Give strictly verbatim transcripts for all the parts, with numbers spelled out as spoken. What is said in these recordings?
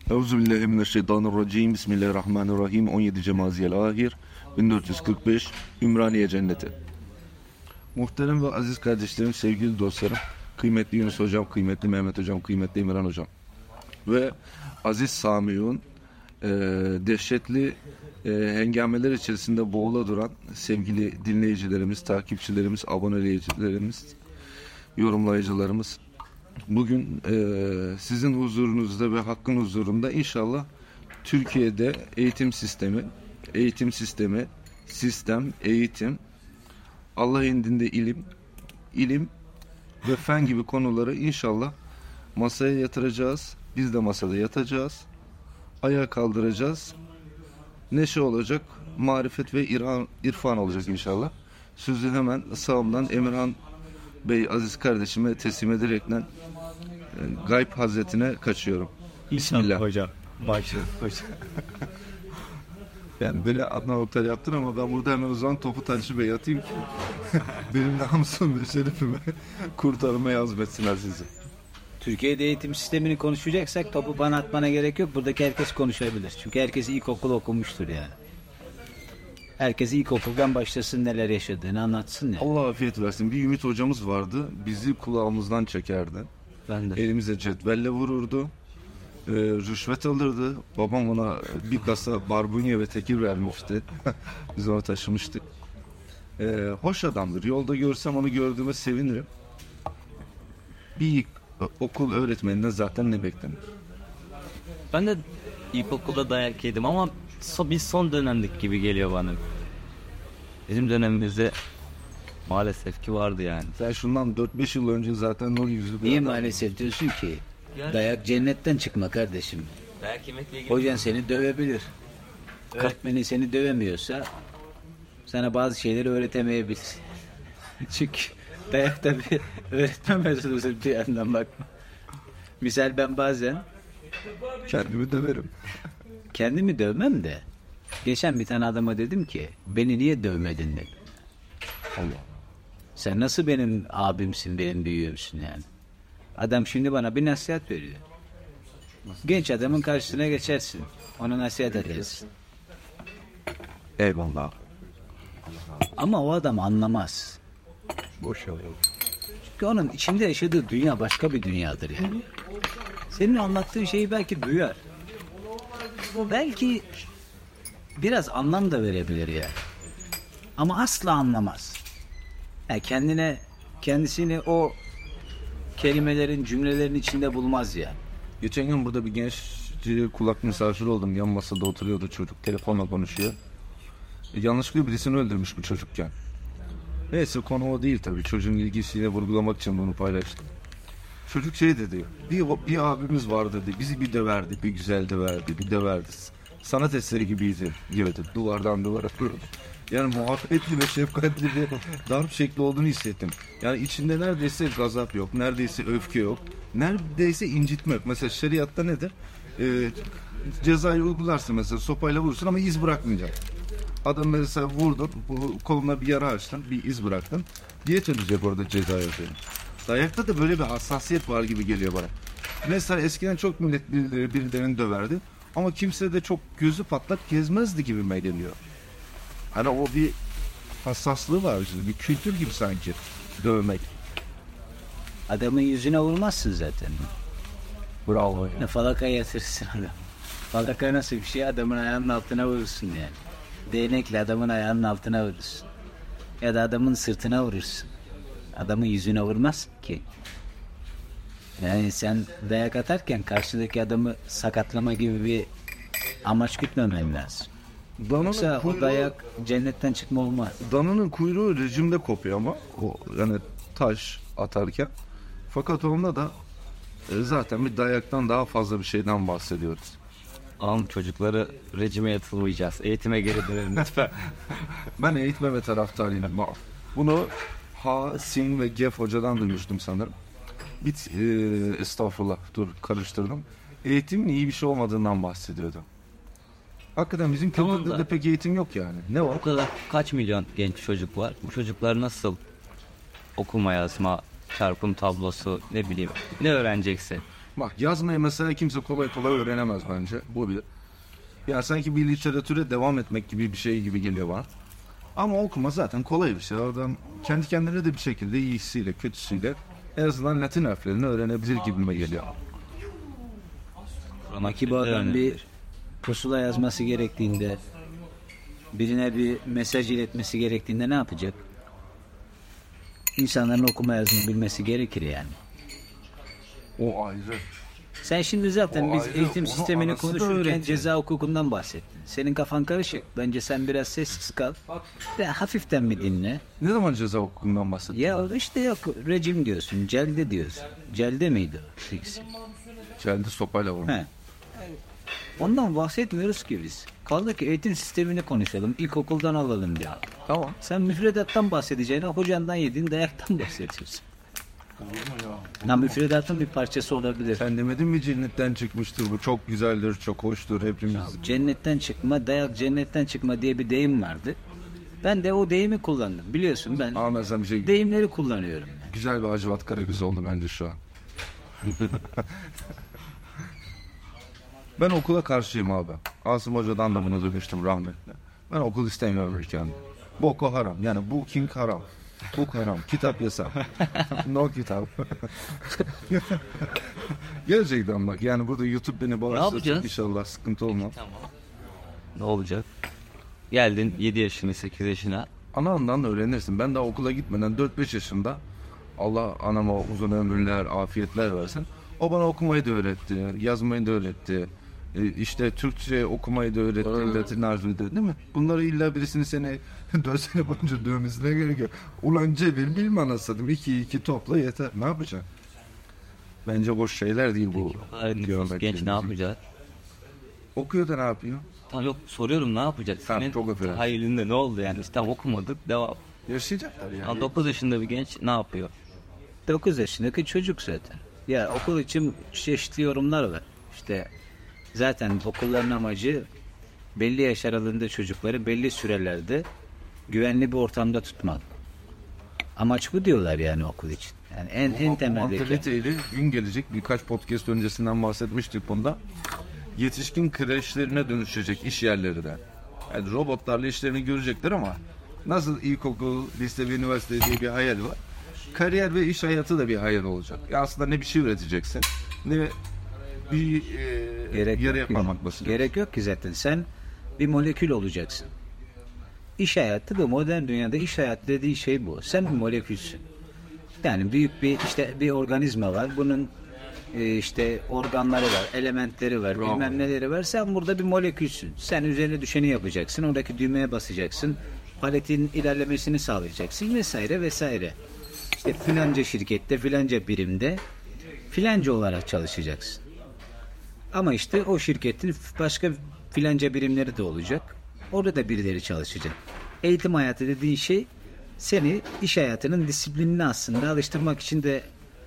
Euzubillahimineşşeytanirracim. Bismillahirrahmanirrahim. on yedi Cemaziyel Ahir bin dört yüz kırk beş Ümraniye Cenneti. Muhterem ve aziz kardeşlerim, sevgili dostlarım, kıymetli Yunus Hocam, kıymetli Mehmet Hocam, kıymetli İmran Hocam ve aziz Samiun, e, dehşetli e, hengameler içerisinde boğula duran sevgili dinleyicilerimiz, takipçilerimiz, aboneleyicilerimiz, yorumlayıcılarımız. Bugün e, sizin huzurunuzda ve hakkın huzurunda inşallah Türkiye'de eğitim sistemi, eğitim sistemi, sistem, eğitim, Allah indinde ilim, ilim ve fen gibi konuları inşallah masaya yatıracağız. Biz de masada yatacağız. Ayağa kaldıracağız. Neşe olacak, marifet ve irfan, irfan olacak inşallah. Sözü hemen sağımdan Emirhan Bey aziz kardeşime teslim ederekten e, Gayb Hazretine kaçıyorum. Bismillah. Hocam. Başla hocam. Yani böyle Adnan Oktar yaptın ama ben burada hemen o zaman topu Tanrı Bey'e atayım ki benim namusum ve şerefime kurtarmaya azmetsinler sizi. Türkiye'de eğitim sistemini konuşacaksak topu bana atmana gerek yok. Buradaki herkes konuşabilir. Çünkü herkes ilkokul okumuştur yani. Herkes ilkokuldan başlasın, neler yaşadığını anlatsın ya. Allah afiyet versin. Bir Ümit hocamız vardı. Bizi kulağımızdan çekerdi. Ben de. Elimize cetvelle vururdu. Ee, rüşvet alırdı. Babam ona bir kasa barbunya ve tekir vermişti. Biz onu taşımıştık. Ee, hoş adamdır. Yolda görsem onu gördüğüme sevinirim. Bir okul öğretmeninden zaten ne beklenir? Ben de ilkokulda dayak yedim ama so, biz son dönemlik gibi geliyor bana. Bizim dönemimizde maalesef ki vardı yani. Sen şundan dört beş yıl önce zaten o yüzü... Niye maalesef diyorsun ki? Yani, dayak cennetten çıkma kardeşim. dayak yemekle ilgili... Hocan seni dövebilir. Evet. Öğretmenin seni dövemiyorsa sana bazı şeyleri öğretemeyebilir. Çünkü dayak da bir öğretmen meselesi bir yandan bakma. Misal ben bazen kendimi döverim. kendimi dövmem de geçen bir tane adama dedim ki beni niye dövmedin dedim. Allah. Sen nasıl benim abimsin, benim büyüğümsün yani. Adam şimdi bana bir nasihat veriyor. Genç adamın karşısına geçersin. Ona nasihat edersin. Eyvallah. Ama o adam anlamaz. Boş ver. Çünkü onun içinde yaşadığı dünya başka bir dünyadır yani. Senin anlattığın şeyi belki duyar. Belki biraz anlam da verebilir yani. Ama asla anlamaz. Yani kendine, kendisini o kelimelerin, cümlelerin içinde bulmaz yani. Geçen gün burada bir genç kulak misafir oldum. Yan masada oturuyordu çocuk. Telefonla konuşuyor. E, yanlışlıkla birisini öldürmüş bu çocukken. Neyse konu o değil tabii. Çocuğun ilgisiyle vurgulamak için bunu paylaştım. Çocuk şey dedi. Bir, bir abimiz var dedi. Bizi bir döverdi. Bir güzel döverdi. Bir döverdi. Sanat eseri gibiydi. Gibi duvardan duvara fırladı. Yani muhabbetli ve şefkatli bir darp şekli olduğunu hissettim. Yani içinde neredeyse gazap yok. Neredeyse öfke yok. Neredeyse incitme yok. Mesela şeriatta nedir? Ee, cezayı uygularsın mesela. Sopayla vurursun ama iz bırakmayacak. Adam mesela vurdun. Bu koluna bir yara açtın. Bir iz bıraktın. Diyet ödeyecek orada ceza yapıyor. Dayakta da böyle bir hassasiyet var gibi geliyor bana. Mesela eskiden çok millet birileri, birilerini döverdi. Ama kimse de çok gözü patlak gezmezdi gibi geliyor. Hani o bir hassaslığı var. Bir kültür gibi sanki dövmek. Adamın yüzüne vurmazsın zaten. Bravo ya. Falakaya yatırsın adam. Falaka nasıl bir şey? Adamın ayağının altına vurursun yani. Değnekle adamın ayağının altına vurursun. Ya da adamın sırtına vurursun. Adamın yüzüne vurmazsın ki. Yani sen dayak atarken karşıdaki adamı sakatlama gibi bir amaç gütmemen lazım. Dananın Yoksa kuyruğu, o dayak cennetten çıkma olmaz. dananın kuyruğu rejimde kopuyor ama o yani taş atarken. Fakat onda da e, zaten bir dayaktan daha fazla bir şeyden bahsediyoruz. Ağam çocukları rejime yatılmayacağız. Eğitime geri dönelim lütfen. Ben eğitmeme taraftarıyım. Bunu Ha, Sin ve Gef hocadan duymuştum sanırım. Bit, e, estağfurullah dur karıştırdım. Eğitimin iyi bir şey olmadığından bahsediyordu. Hakikaten bizim Tamam kültürde da- de pek eğitim yok yani. Ne var? Bu kadar kaç milyon genç çocuk var? Bu çocuklar nasıl okuma yazma, çarpım tablosu, ne bileyim ne öğrenecekse. Bak yazmayı mesela kimse kolay kolay öğrenemez bence. Bu bir. Ya sanki bir literatüre devam etmek gibi bir şey gibi geliyor bana. Ama okuma zaten kolay bir şey. Oradan kendi kendine de bir şekilde iyisiyle kötüsüyle en azından Latin harflerini öğrenebilir gibime geliyor. Ama ki bu adam bir pusula yazması gerektiğinde, birine bir mesaj iletmesi gerektiğinde ne yapacak? İnsanların okuma yazmayı bilmesi gerekir yani. O ayrı. Sen şimdi zaten O biz ayrı, eğitim onu sistemini anası da konuşurken öğretti. ceza hukukundan bahsettin. Senin kafan karışık. Bence sen biraz sessiz kal. Ve hafiften mi dinle? Ne zaman ceza hukukundan bahsettin? Ya işte yok rejim diyorsun, celde diyorsun. Celde miydi o? İkisi. Geldi sopayla vurdu. He. Ondan bahsetmiyoruz ki biz. Kaldı ki eğitim sistemini konuşalım, ilkokuldan alalım diye. Tamam. Sen müfredattan bahsedeceğine hocandan yediğin dayaktan bahsediyorsun. Na müfredatın bir parçası olabilir. Sen demedin mi cennetten çıkmıştır bu, çok güzeldir, çok hoştur hepimiz. Cennetten çıkma, dayak cennetten çıkma diye bir deyim vardı. Ben de o deyimi kullandım. Biliyorsun ben Ama mesela bir şey deyimleri kullanıyorum. güzel bir Hacivat Karagöz oldu bence şu an. Ben okula karşıyım abi. Asım Hoca'dan da bunu duymuştum rahmetli. Ben okul istemiyorum ülkemde. Boko haram. Yani booking haram. Book haram. Kitap yasak. No kitap. Gerçekten bak yani burada YouTube beni bağışlasın. yapacağız? İnşallah sıkıntı olmaz. Ne olacak? Geldin yedi yaşına sekiz yaşına. Anandan öğrenirsin. Ben daha okula gitmeden dört beş yaşında Allah anama uzun ömürler, afiyetler versin. O bana okumayı da öğretti, yazmayı da öğretti. E, işte Türkçe okumayı da öğretti, Latin harfini de, değil mi? Bunları illa birisini seni dört sene boyunca dövmesine gerek yok. Ulan Cebel bilmem anasını iki iki topla yeter. Ne yapacaksın? Bence boş şeyler değil bu. Nüfus genç ne yapacak? Okuyor da ne yapıyor? Tamam yok soruyorum ne yapacak? Tamam, Senin çok affedersin. hayalinde ne oldu yani? İşte okumadık devam. Yaşayacaklar yani. Yani dokuz yaşında bir genç ne yapıyor? dokuz yaşındaki çocuk zaten. Ya okul için çeşitli yorumlar var. İşte zaten okulların amacı belli yaş aralığında çocukları belli sürelerde güvenli bir ortamda tutmak. Amaç bu diyorlar yani okul için. Yani en en temeldeki. Mantaliteyle gün gelecek, birkaç podcast öncesinden bahsetmiştik bunda. Yetişkin kreşlerine dönüşecek iş yerleri de. Yani robotlarla işlerini görecekler ama nasıl ilkokul, lise ve üniversite diye bir hayal var. Kariyer ve iş hayatı da bir hayal olacak. Ya aslında ne bir şey üreteceksin, ne bir e, Gerek yere yok ki. parmak basacaksın. Gerek yok ki zaten. Sen bir molekül olacaksın. İş hayatı bu. Modern dünyada iş hayatı dediği şey bu. Sen bir molekülsün. Yani büyük bir işte bir organizma var. Bunun e, işte organları var, elementleri var, Bravo. bilmem neleri var. Sen burada bir molekülsün. Sen üzerine düşeni yapacaksın. Oradaki düğmeye basacaksın. Paletin ilerlemesini sağlayacaksın vesaire vesaire. İşte filanca şirkette, filanca birimde filanca olarak çalışacaksın. Ama işte o şirketin başka filanca birimleri de olacak. Orada da birileri çalışacak. Eğitim hayatı dediğin şey seni iş hayatının disiplinine aslında alıştırmak için de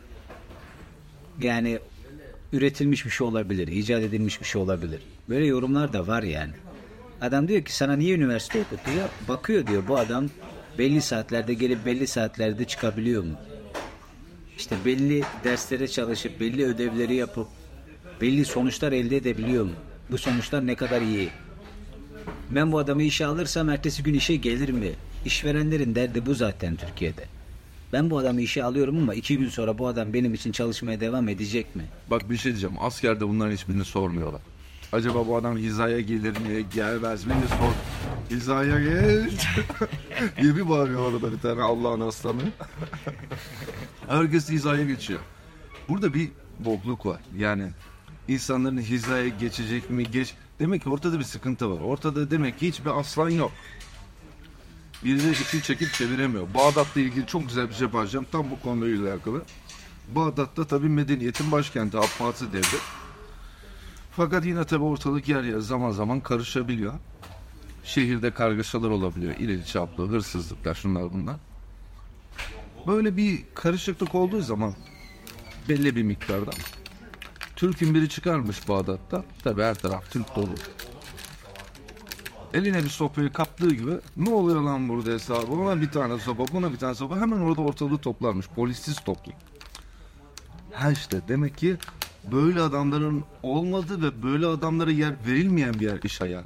yani üretilmiş bir şey olabilir, icat edilmiş bir şey olabilir. Böyle yorumlar da var yani. Adam diyor ki sana niye üniversite okutuyor? Bakıyor diyor bu adam belli saatlerde gelip belli saatlerde çıkabiliyor mu? İşte belli derslere çalışıp belli ödevleri yapıp belli sonuçlar elde edebiliyor mu? Bu sonuçlar ne kadar iyi? Ben bu adamı işe alırsam ertesi gün işe gelir mi? İşverenlerin derdi bu zaten Türkiye'de. Ben bu adamı işe alıyorum ama iki gün sonra bu adam benim için çalışmaya devam edecek mi? Bak bir şey diyeceğim. Askerde bunların hiçbirini sormuyorlar. Acaba bu adam hizaya gelir mi, gelmez mi diye sor. Hizaya geç. diye bir bağırıyor orada bir tane Allah'ın aslanı. Herkes hizaya geçiyor. Burada bir bokluk var. Yani insanların hizaya geçecek mi, geç... Demek ki ortada bir sıkıntı var. Ortada demek ki hiçbir aslan yok. Birileri ipini çekip çeviremiyor. Bağdat'la ilgili çok güzel bir şey yapacağım. Tam bu konuyla alakalı. Bağdat'ta tabii medeniyetin başkenti, Abbasi devlet. Fakat yine tabii ortalık yer yer zaman zaman karışabiliyor. Şehirde kargaşalar olabiliyor. İleri çaplı hırsızlıklar, şunlar bunlar. Böyle bir karışıklık olduğu zaman belli bir miktarda Türk'ün biri çıkarmış Bağdat'ta. Tabii her taraf Türk dolu. Eline bir sopayı kaptığı gibi ne oluyor lan burada hesabı? Ona bir tane sopa, buna bir tane sopa. Hemen orada ortalığı toplarmış. Polissiz toplum. Ha işte demek ki böyle adamların olmadığı ve böyle adamlara yer verilmeyen bir yer iş hayatı.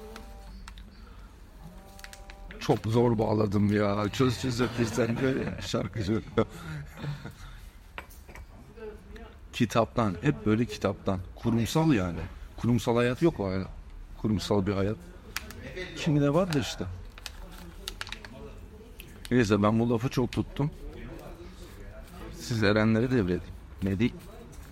Çok zor bağladım ya. Çöz çöz öpürsen böyle şarkıcı. Kitaptan, hep böyle kitaptan. Kurumsal yani. Kurumsal hayat yok o hayat. Kurumsal bir hayat. Kimine vardır işte. Neyse ben bu lafı çok tuttum. Siz erenlere devredin. Ne değil?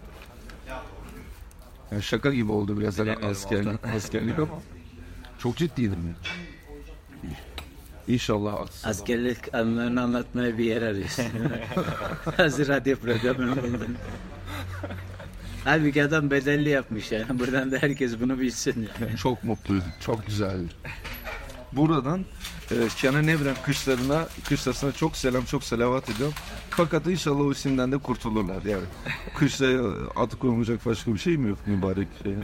Yani şaka gibi oldu biraz askerlik, askerlik ama çok ciddiydim ya. İnşallah. Askerlik anılarını anlatmaya bir yer arıyorsun. Hazır radyo programı. Halbuki adam bedelli yapmış yani. Buradan da herkes bunu bilsin. Yani. Çok mutluydum. Çok güzeldi. Buradan e, Kenan Evren kışlarına, kışlasına çok selam, çok selavat ediyorum. Fakat inşallah o isimden de kurtulurlar yani. Kışlaya adı konulacak başka bir şey mi yok mübarek şeye?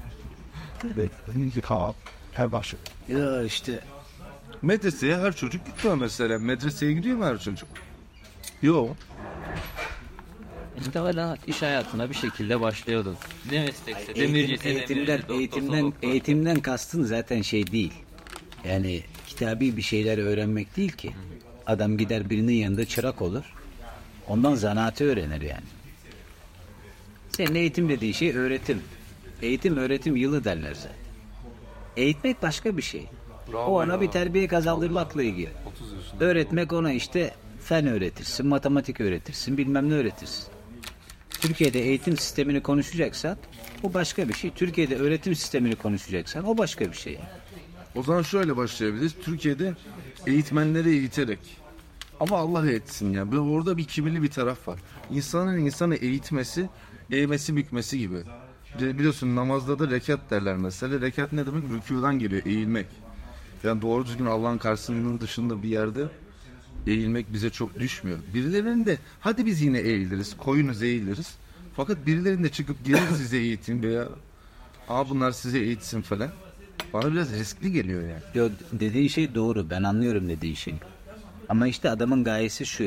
Her başı. Ya işte. Medreseye her çocuk gitmiyor mesela. Medreseye gidiyor mu her çocuk? Yok. İşte hala iş hayatına bir şekilde başlıyordun. Ne meslekse, Eğitim, demircisi, eğitimden, demirci, eğitimden, doktorsa eğitimden kastın zaten şey değil. Yani kitabi bir şeyler öğrenmek değil ki. Adam gider birinin yanında çırak olur. Ondan zanaatı öğrenir yani. Senin eğitim dediğin şey öğretim. Eğitim öğretim yılı derler zaten. Eğitmek başka bir şey. Bravo o ona ya. bir terbiye kazandırmakla ilgili. Öğretmek ona işte fen öğretirsin, matematik öğretirsin, bilmem ne öğretirsin. Türkiye'de eğitim sistemini konuşacaksan o başka bir şey. Türkiye'de öğretim sistemini konuşacaksan o başka bir şey. O zaman şöyle başlayabiliriz. Türkiye'de eğitmenleri eğiterek. Ama Allah eğitsin ya. Böyle orada bir kibirli bir taraf var. İnsanın insanı eğitmesi, eğmesi bükmesi gibi. Biliyorsun namazda da rekat derler mesela. Rekat ne demek? Rükûdan geliyor, eğilmek. Yani doğru düzgün Allah'ın karşısının dışında bir yerde eğilmek bize çok düşmüyor. Birilerinin de hadi biz yine eğiliriz, koyunuz eğiliriz. Fakat birilerinin de çıkıp gelin size eğitin veya aa bunlar size eğitsin falan. Bana biraz riskli geliyor yani. Yo, dediğin şey doğru. Ben anlıyorum dediğin şey. Ama işte adamın gayesi şu.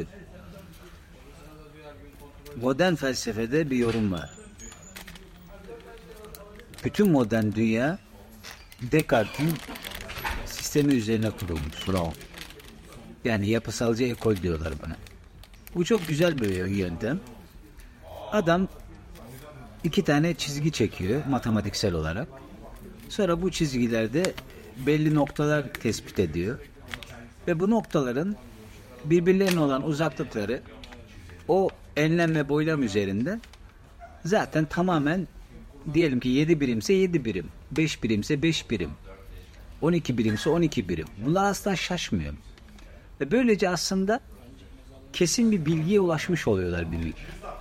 Modern felsefede bir yorum var. Bütün modern dünya Descartes'in sistemi üzerine kurulmuş. Bravo. Yani yapısalcı ekol diyorlar bana. Bu çok güzel bir yöntem. Adam iki tane çizgi çekiyor matematiksel olarak. Sonra bu çizgilerde belli noktalar tespit ediyor. Ve bu noktaların birbirlerine olan uzaklıkları o enlem ve boylam üzerinde zaten tamamen diyelim ki yedi birimse yedi birim, beş birimse beş birim, on iki birimse on iki birim. Bunlar asla şaşmıyor. Ve böylece aslında kesin bir bilgiye ulaşmış oluyorlar birbirine.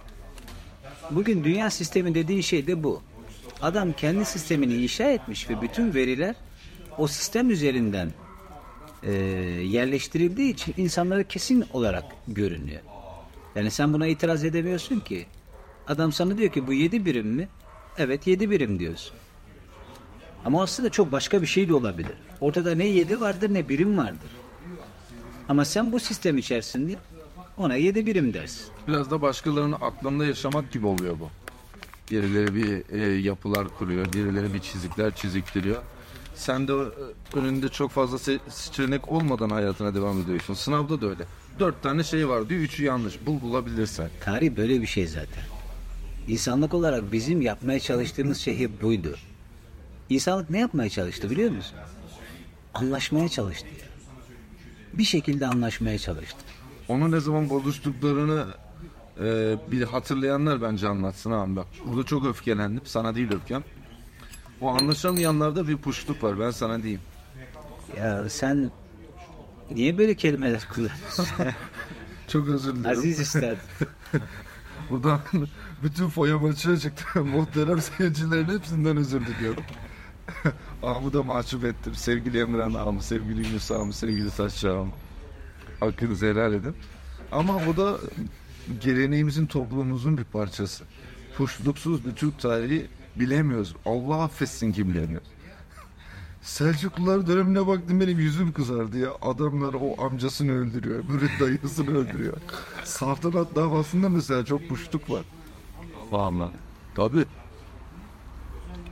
Bugün dünya sistemi dediği şey de bu. Adam kendi sistemini inşa etmiş ve bütün veriler o sistem üzerinden e, yerleştirildiği için insanlara kesin olarak görünüyor. Yani sen buna itiraz edemiyorsun ki. Adam sana diyor ki bu yedi birim mi? Evet yedi birim diyorsun. Ama aslında çok başka bir şey de olabilir. Ortada ne yedi vardır ne birim vardır. Ama sen bu sistem içerisinde ona yedi birim dersin. Biraz da başkalarının aklında yaşamak gibi oluyor bu. Birileri bir e, yapılar kuruyor, birileri bir çizikler çiziktiriyor. Sen de e, önünde çok fazla se- seçenek olmadan hayatına devam ediyorsun. Sınavda da öyle. Dört tane şey var diyor, üçü yanlış. Bul bulabilirsen. Tarih böyle bir şey zaten. İnsanlık olarak bizim yapmaya çalıştığımız şey hep buydu. İnsanlık ne yapmaya çalıştı biliyor musun? Anlaşmaya çalıştı. Bir şekilde anlaşmaya çalıştı. Onu ne zaman bozuştuklarını e, bir hatırlayanlar bence anlatsın abi bak. Burada çok öfkelendim. Sana değil öfkem. O anlaşamayanlarda bir puşluk var. Ben sana diyeyim. Ya sen niye böyle kelimeler kullanıyorsun? Çok özür dilerim. Aziz üstad. Buradan bütün foya maçına çıktı. Muhterem seyircilerin hepsinden özür diliyorum. Ağamı da mahcup ettim. Sevgili Emran ağamı, sevgili Yunus ağamı, sevgili Saççı ağamı. Hakkınızı helal edin. Ama bu da geleneğimizin, toplumumuzun bir parçası. Puşluksuz bir Türk tarihi bilemiyoruz. Allah affetsin ki bilemiyoruz. Selçuklular dönemine baktım benim yüzüm kızardı ya. Adamlar o amcasını öldürüyor. Öbürü dayısını öldürüyor. Saltanat davasında mesela çok puşluk var. Vallahi. Tabii.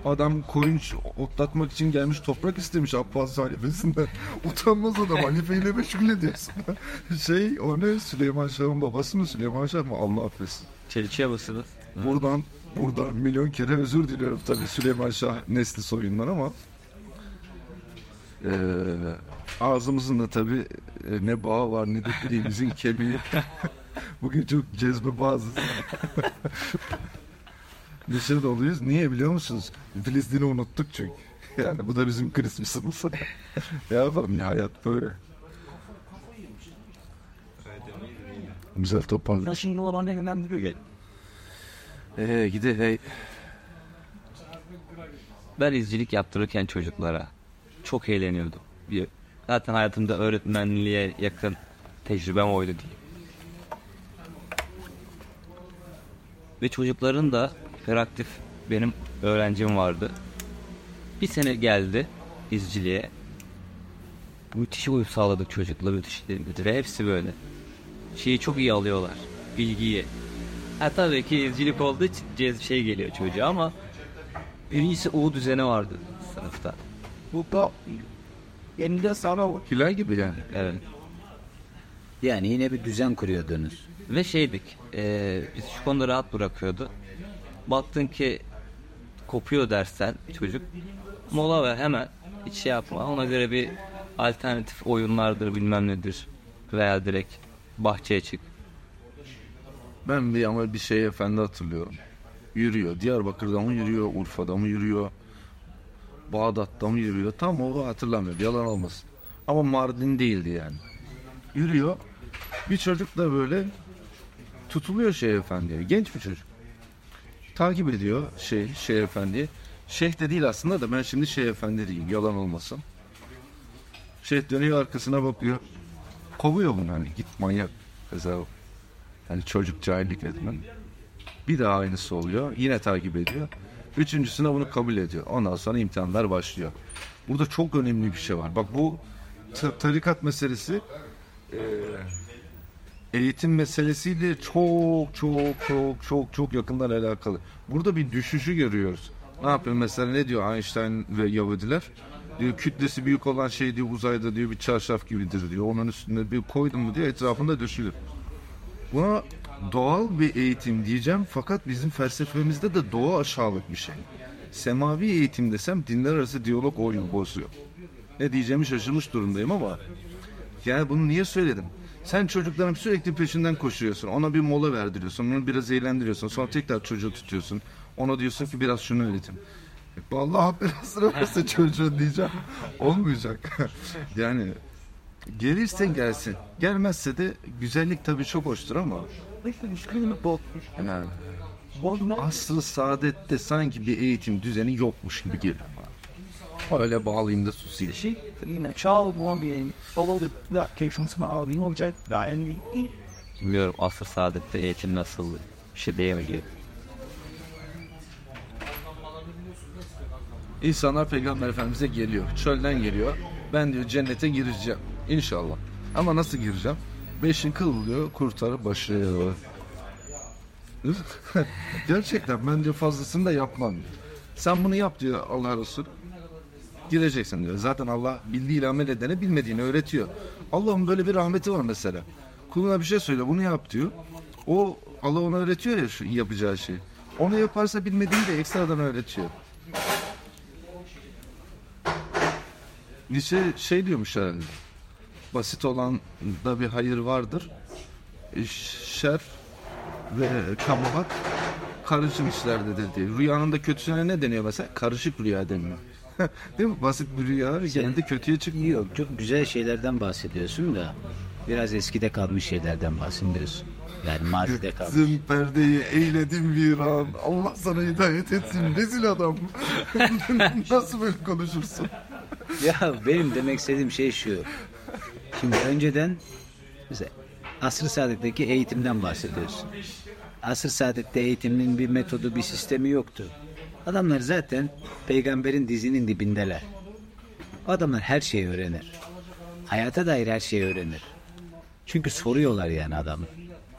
Adam koyun otlatmak için gelmiş toprak istemiş Abbas halifesinden. Utanmaz adam, halifeyle meşgul ediyorsun. Şey o ne, Süleyman Şah'ın babası mı, Süleyman Şah mı, Allah affetsin. Çelişiyor musunuz? Buradan buradan milyon kere özür diliyorum tabii Süleyman Şah nesli soyundan ama e, ağzımızın da tabii e, ne bağı var ne de dilimizin kemiği. Bugün çok cezbe bazı. Dışarı doluyuz. Niye biliyor musunuz? Filistin'i unuttuk çünkü. Yani bu da bizim Christmas'ımız. Ne yapalım ya, hayat böyle. Güzel toparladık. Şimdi olan ne hemen duruyor gel. Eee gide hey. Ben izcilik yaptırırken çocuklara çok eğleniyordum. Bir, zaten hayatımda öğretmenliğe yakın tecrübem oydu diyeyim. Ve çocukların da hiperaktif benim öğrencim vardı. Bir sene geldi izciliğe. Müthiş uyum sağladık çocukla, müthiş ve hepsi böyle. Şeyi çok iyi alıyorlar, bilgiyi. Ha tabii ki izcilik olduğu için cez şey geliyor çocuğa ama birincisi U düzeni vardı sınıfta. Bu da elinde sana Hilal gibi yani. Evet. Yani yine bir düzen kuruyordunuz. Ve şeydik, e, biz şu konuda rahat bırakıyordu. Baktın ki kopuyor dersten çocuk, mola ver hemen, hiç şey yapma. Ona göre bir alternatif oyunlardır bilmem nedir veya direkt bahçeye çık. Ben bir ama bir şey efendi hatırlıyorum. Yürüyor. Diyarbakır'da mı yürüyor, Urfa'da mı yürüyor, Bağdat'ta mı yürüyor? Tam o hatırlamıyorum. Yalan olmasın. Ama Mardin değildi yani. Yürüyor. Bir çocuk da böyle tutuluyor Şeyh Efendi'ye. Genç bir çocuk. Takip ediyor şey Şeyh Efendi'yi. Şeyh de değil aslında da ben şimdi Şeyh Efendi diyeyim. Yalan olmasın. Şeyh dönüyor arkasına bakıyor. Kovuyor bunu hani. Git manyak. Mesela yani çocuk cahillik etmen. Bir daha aynısı oluyor. Yine takip ediyor. Üçüncüsüne bunu kabul ediyor. Ondan sonra imtihanlar başlıyor. Burada çok önemli bir şey var. Bak bu t- tarikat meselesi e, eğitim meselesiyle çok çok çok çok çok yakından alakalı. Burada bir düşüşü görüyoruz. Ne yapıyor mesela, ne diyor Einstein ve Yahudiler? Diyor kütlesi büyük olan şey diyor uzayda diyor bir çarşaf gibidir diyor. Onun üstünde bir koydum mu diyor etrafında döşülür. Buna doğal bir eğitim diyeceğim fakat bizim felsefemizde de doğa aşağılık bir şey. Semavi eğitim desem dinler arası diyalog oyunu bozuyor. Ne diyeceğimi şaşırmış durumdayım ama yani bunu niye söyledim? Sen çocukların sürekli peşinden koşuyorsun. Ona bir mola verdiriyorsun. Onu biraz eğlendiriyorsun. Sonra tekrar çocuğu tutuyorsun. Ona diyorsun ki biraz şunu öğretim. Vallahi belasını verse çocuğun diyeceğim. Olmayacak. Yani gelirse gelsin. Gelmezse de güzellik tabii çok hoştur ama yani asr-ı saadette sanki bir eğitim düzeni yokmuş gibi geliyor. Öyle bağlayayım da susayım. Bilmiyorum asr saadette eğitim nasıl bir şey diyemeyim. İnsanlar Peygamber Efendimiz'e geliyor. Çölden geliyor. Ben diyor cennete gireceğim. İnşallah. Ama nasıl gireceğim? Beşin kılıyor, kurtarıp başlıyor. Gerçekten ben diyor fazlasını da yapmam diyor. Sen bunu yap diyor Allah Resulü. Gireceksin diyor. Zaten Allah bildiğiyle amel edene bilmediğini öğretiyor. Allah'ın böyle bir rahmeti var mesela. Kuluna bir şey söyle bunu yap diyor. O Allah ona öğretiyor ya şu yapacağı şeyi. Onu yaparsa bilmediğini de ekstradan öğretiyor. Nietzsche şey diyormuş herhalde. Basit olan da bir hayır vardır. Şer ve kabahat karışık işlerdedir diye. Rüyanın da kötüsüne ne deniyor mesela? Karışık rüya deniyor. Değil mi? Basit bir rüya genelde kötüye çıkıyor. Yok, çok güzel şeylerden bahsediyorsun da biraz eskide kalmış şeylerden bahsediyorsun. Yani mazide kalmış. Zın perdeyi eyledim viran. Allah sana hidayet etsin. Rezil adam. Nasıl böyle konuşursun? Ya benim demek istediğim şey şu. Şimdi önceden mesela asr-ı saadetteki eğitimden bahsediyorsun. Asr-ı saadette eğitimin bir metodu, bir sistemi yoktu. Adamlar zaten peygamberin dizinin dibindeler. O adamlar her şeyi öğrenir. Hayata dair her şeyi öğrenir. Çünkü soruyorlar yani adamı.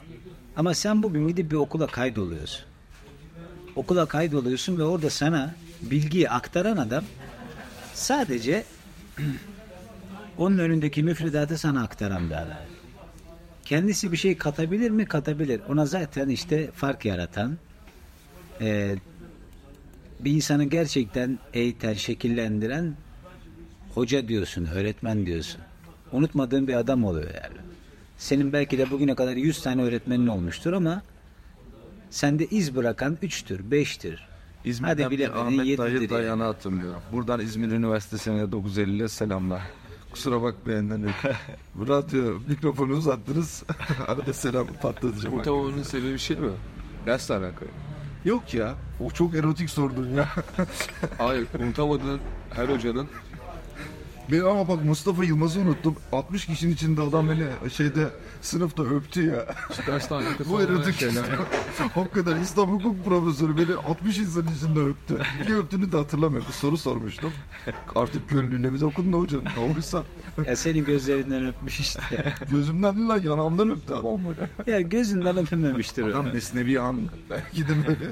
Ama sen bugün gidip bir okula kaydoluyorsun. Okula kaydoluyorsun ve orada sana bilgiyi aktaran adam sadece onun önündeki müfredatı sana aktaran bir adam. Kendisi bir şey katabilir mi? Katabilir. Ona zaten işte fark yaratan, e, bir insanı gerçekten eğiten, şekillendiren hoca diyorsun, öğretmen diyorsun. Unutmadığın bir adam oluyor yani. Senin belki de bugüne kadar yüz tane öğretmenin olmuştur ama sende iz bırakan üçtür, beştir. İzmir'den Hadi bir bilemedin, Ahmet yedidir Dayı yani. Dayan'ı hatırlıyorum. Buradan İzmir Üniversitesi'ne dokuz elli'ye selamlar. Kusura bakmayın. Hani, bu radyo mikrofonu uzattınız. Arada selam patlatacağım. Unutamanın sebebi şey mi? Dersle alakalı. Yok ya. O çok erotik sordun ya. Hayır, unutamadığın her hocanın Ben ama bak Mustafa Yılmaz'ı unuttum. altmış kişinin içinde adam beni şeyde sınıfta öptü ya. dersten alakalı Bu falan erotik şeyler. Hakikaten İslam hukuk profesörü beni altmış insanın içinde öptü. Ne öptüğünü de hatırlamıyorum. Bir soru sormuştum. Artık gönlüne bize okudun da hocam. Ne olursa Ya senin gözlerinden öpmüş işte. gözümden değil lan yanağımdan öptü adam. Ya gözünden öpememiştir o. Adam mesnevi an. Belki de böyle.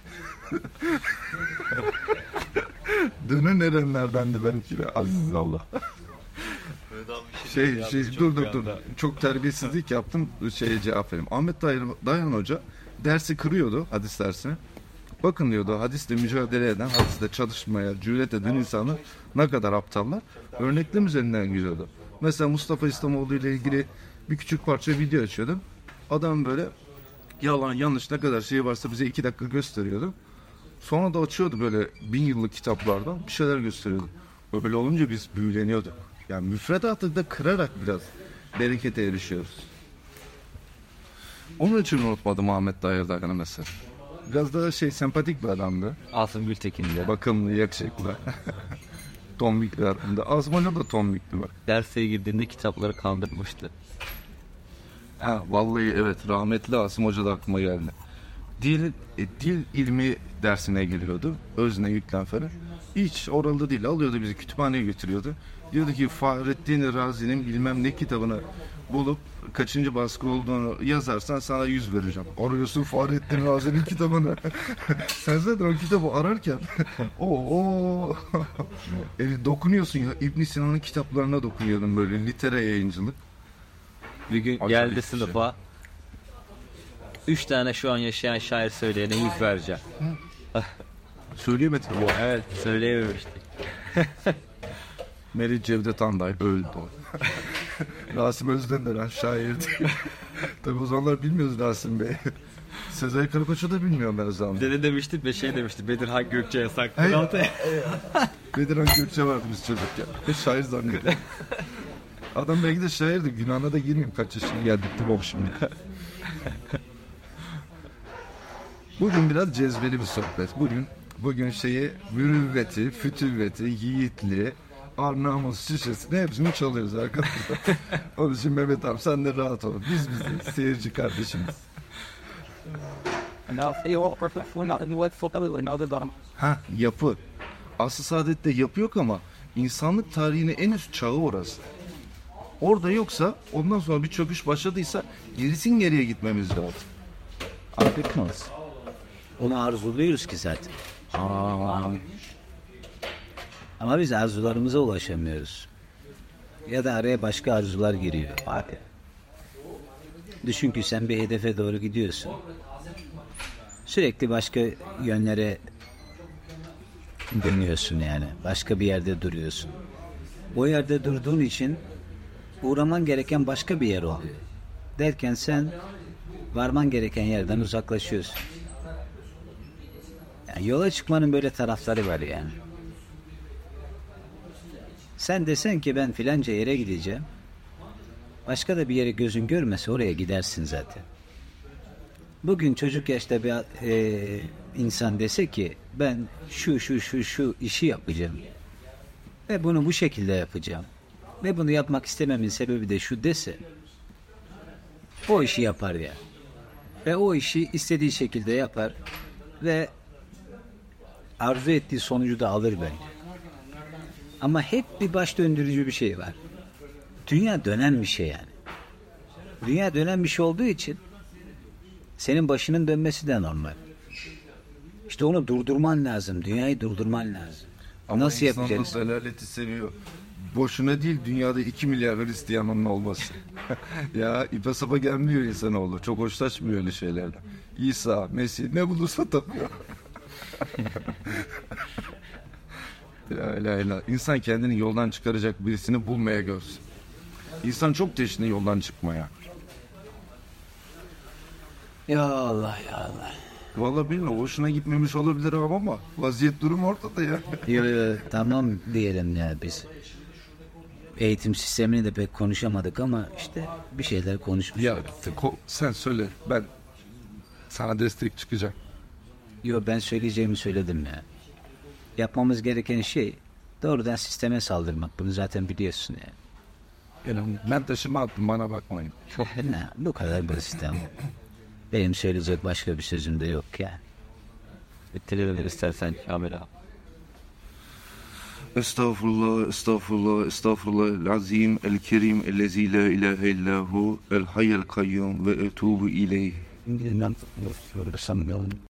Dönün erenlerdendi belki de. Aziz Allah. Şey, şey dur dur dur. Çok terbiyesizlik yaptım. Şeye cevap vereyim. Ahmet Dayan, Dayan Hoca dersi kırıyordu, hadis dersini. Bakın diyordu, hadisle mücadele eden, hadisle çalışmaya cüret eden insanlar ne kadar aptallar. Örneklem üzerinden gidiyordu. Mesela Mustafa İslamoğlu ile ilgili bir küçük parça video açıyordum. Adam böyle yalan yanlış ne kadar şey varsa bize iki dakika gösteriyordu. Sonra da açıyordu böyle bin yıllık kitaplardan bir şeyler gösteriyordu. Böyle olunca biz büyüleniyorduk. Yani müfredatı da kırarak biraz berekete erişiyoruz. Onun için unutmadım Ahmet Dayı Dayan'ı mesela. Biraz daha şey sempatik bir adamdı. Asım Gültekin'de. Bakımlı, yakışıklı. Tombik bir adamdı. Azim Hoca da tombikti bak. Derse girdiğinde kitapları kandırmıştı. Ha, vallahi evet rahmetli Asım Hoca da aklıma geldi. Dil, e, dil ilmi dersine giriyordu. Özne yüklem falan. Hiç oralı değil. Alıyordu bizi kütüphaneye götürüyordu. Diyordu ki Fahrettin Razi'nin bilmem ne kitabını bulup kaçıncı baskı olduğunu yazarsan sana yüz vereceğim. Arıyorsun Fahrettin Razi'nin kitabını. Sen zaten o kitabı ararken o yani dokunuyorsun ya. İbn Sina'nın kitaplarına dokunuyordum böyle litere yayıncılık. Bir gün Acayip geldi bir şey. sınıfa. Üç tane şu an yaşayan şair söyleyene yüz vereceğim. Söyleyemedim. Evet, söyleyememiştik. Meri Cevdet Anday öldü o. Rasim Özdemir şairdi. Tabii o zamanlar bilmiyoruz Rasim Bey. Sezai Karakoç'u da bilmiyorum ben o zaman. Dede demişti ve şey demişti. Bedirhan Gökçe yasak. Hey. Bedirhan Gökçe vardı biz çocukken. Ve şair zannediyor. Adam belki de şairdi. Günahına da girmeyeyim kaç yaşına geldik tamam şimdi. Bugün biraz cezbeli bir sohbet. Bugün bugün şeyi mürüvveti, fütüvveti, yiğitliği, Arnamus şişesini hepsini çalıyoruz arkadaşlar. Onun için Mehmet abi sen de rahat ol. Biz biziz. Seyirci kardeşimiz. Ha yapı. Asıl saadette yapı yok ama insanlık tarihinin en üst çağı orası. Orada yoksa ondan sonra bir çöküş başladıysa gerisin geriye gitmemiz lazım. Afiyet olsun. Onu arzuluyoruz ki zaten. Aa, Ama biz arzularımıza ulaşamıyoruz. Ya da araya başka arzular giriyor. Abi. Düşün ki sen bir hedefe doğru gidiyorsun. Sürekli başka yönlere dönüyorsun yani. Başka bir yerde duruyorsun. O yerde durduğun için uğraman gereken başka bir yer oluyor. Derken sen varman gereken yerden uzaklaşıyorsun. Yani yola çıkmanın böyle tarafları var yani. Sen desen ki ben filanca yere gideceğim. Başka da bir yere gözün görmese oraya gidersin zaten. Bugün çocuk yaşta bir e, insan dese ki ben şu şu şu şu işi yapacağım. Ve bunu bu şekilde yapacağım. Ve bunu yapmak istememin sebebi de şu dese. O işi yapar ya. Ve o işi istediği şekilde yapar. Ve arzu ettiği sonucu da alır bence. Ama hep bir baş döndürücü bir şey var. Dünya dönen bir şey yani. Dünya dönen bir şey olduğu için senin başının dönmesi de normal. İşte onu durdurman lazım. Dünyayı durdurman lazım. Ama Nasıl insanlar yapacaksın? Delaleti seviyor. Boşuna değil dünyada iki milyar Hristiyanın olması. Ya ipe sapa gelmiyor insanoğlu. Çok hoşlaşmıyor öyle şeylerden. İsa, Mesih ne bulursa tapıyor. La ilahe illallah. İnsan kendini yoldan çıkaracak birisini bulmaya görsün. İnsan çok teşne yoldan çıkmaya. Ya Allah ya Allah. Vallahi bilmiyorum hoşuna gitmemiş olabilir ama vaziyet durum ortada ya. Yo, yo, tamam diyelim ya biz. Eğitim sistemini de pek konuşamadık ama işte bir şeyler konuşmuş. Ya ko- sen söyle ben sana destek çıkacağım. Yo, ben söyleyeceğimi söyledim ya. Yapmamız gereken şey doğrudan sisteme saldırmak. Bunu zaten biliyorsun yani. Yani ben taşıma attım bana bakmayın. Ne, bu kadar basit ama. Benim söyleyecek başka bir sözüm de yok yani. Bitirelim istersen Kamil abi. Estağfurullah, estağfurullah, estağfurullah, azim, el kerim, ellezi la ilahe illahu, el hayyel kayyum ve etubu ileyh.